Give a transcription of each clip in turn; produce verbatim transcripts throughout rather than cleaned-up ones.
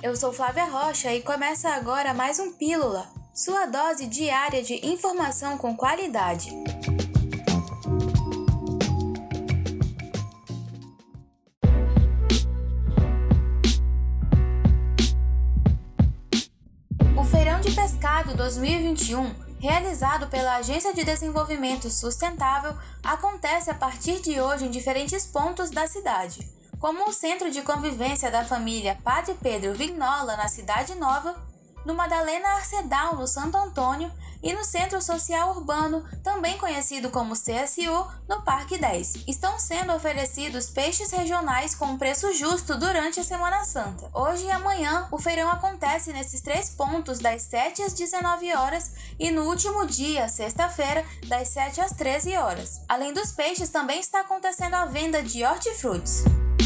Eu sou Flávia Rocha e começa agora mais um Pílula, sua dose diária de informação com qualidade. O Feirão de Pescado dois mil e vinte e um, realizado pela Agência de Desenvolvimento Sustentável, acontece a partir de hoje em diferentes pontos da cidade, como o Centro de Convivência da Família Padre Pedro Vignola, na Cidade Nova, no Madalena Arcedal, no Santo Antônio, e no Centro Social Urbano, também conhecido como C S U, no Parque dez. Estão sendo oferecidos peixes regionais com preço justo durante a Semana Santa. Hoje e amanhã, o feirão acontece nesses três pontos das sete às dezenove horas e no último dia, sexta-feira, das sete às treze horas. Além dos peixes, também está acontecendo a venda de hortifrutis.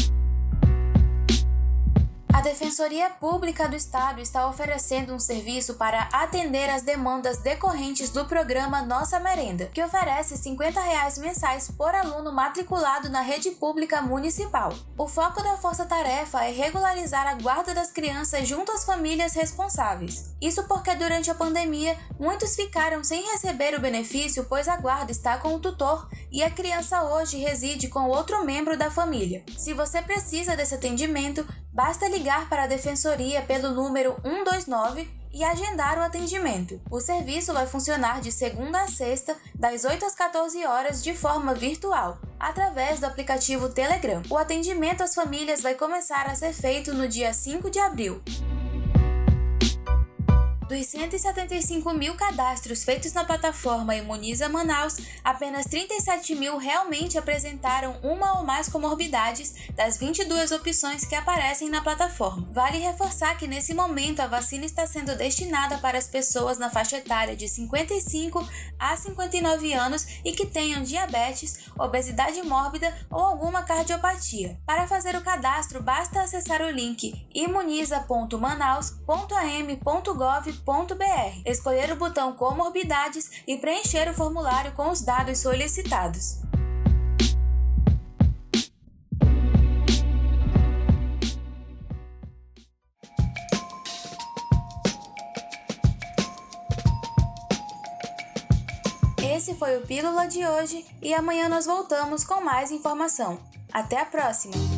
A Defensoria Pública do Estado está oferecendo um serviço para atender as demandas decorrentes do programa Nossa Merenda, que oferece cinquenta reais mensais por aluno matriculado na rede pública municipal. O foco da força-tarefa é regularizar a guarda das crianças junto às famílias responsáveis. Isso porque durante a pandemia, muitos ficaram sem receber o benefício, pois a guarda está com o tutor e a criança hoje reside com outro membro da família. Se você precisa desse atendimento, basta ligar para a Defensoria pelo número um dois nove e agendar o atendimento. O serviço vai funcionar de segunda a sexta, das oito às quatorze horas, de forma virtual, através do aplicativo Telegram. O atendimento às famílias vai começar a ser feito no dia cinco de abril. Dos cento e setenta e cinco mil cadastros feitos na plataforma Imuniza Manaus, apenas trinta e sete mil realmente apresentaram uma ou mais comorbidades das vinte e duas opções que aparecem na plataforma. Vale reforçar que nesse momento a vacina está sendo destinada para as pessoas na faixa etária de cinquenta e cinco a cinquenta e nove anos e que tenham diabetes, obesidade mórbida ou alguma cardiopatia. Para fazer o cadastro, basta acessar o link imuniza ponto manaus ponto a m ponto gov ponto b r, escolher o botão Comorbidades e preencher o formulário com os dados solicitados. Esse foi o Pílula de hoje e amanhã nós voltamos com mais informação. Até a próxima!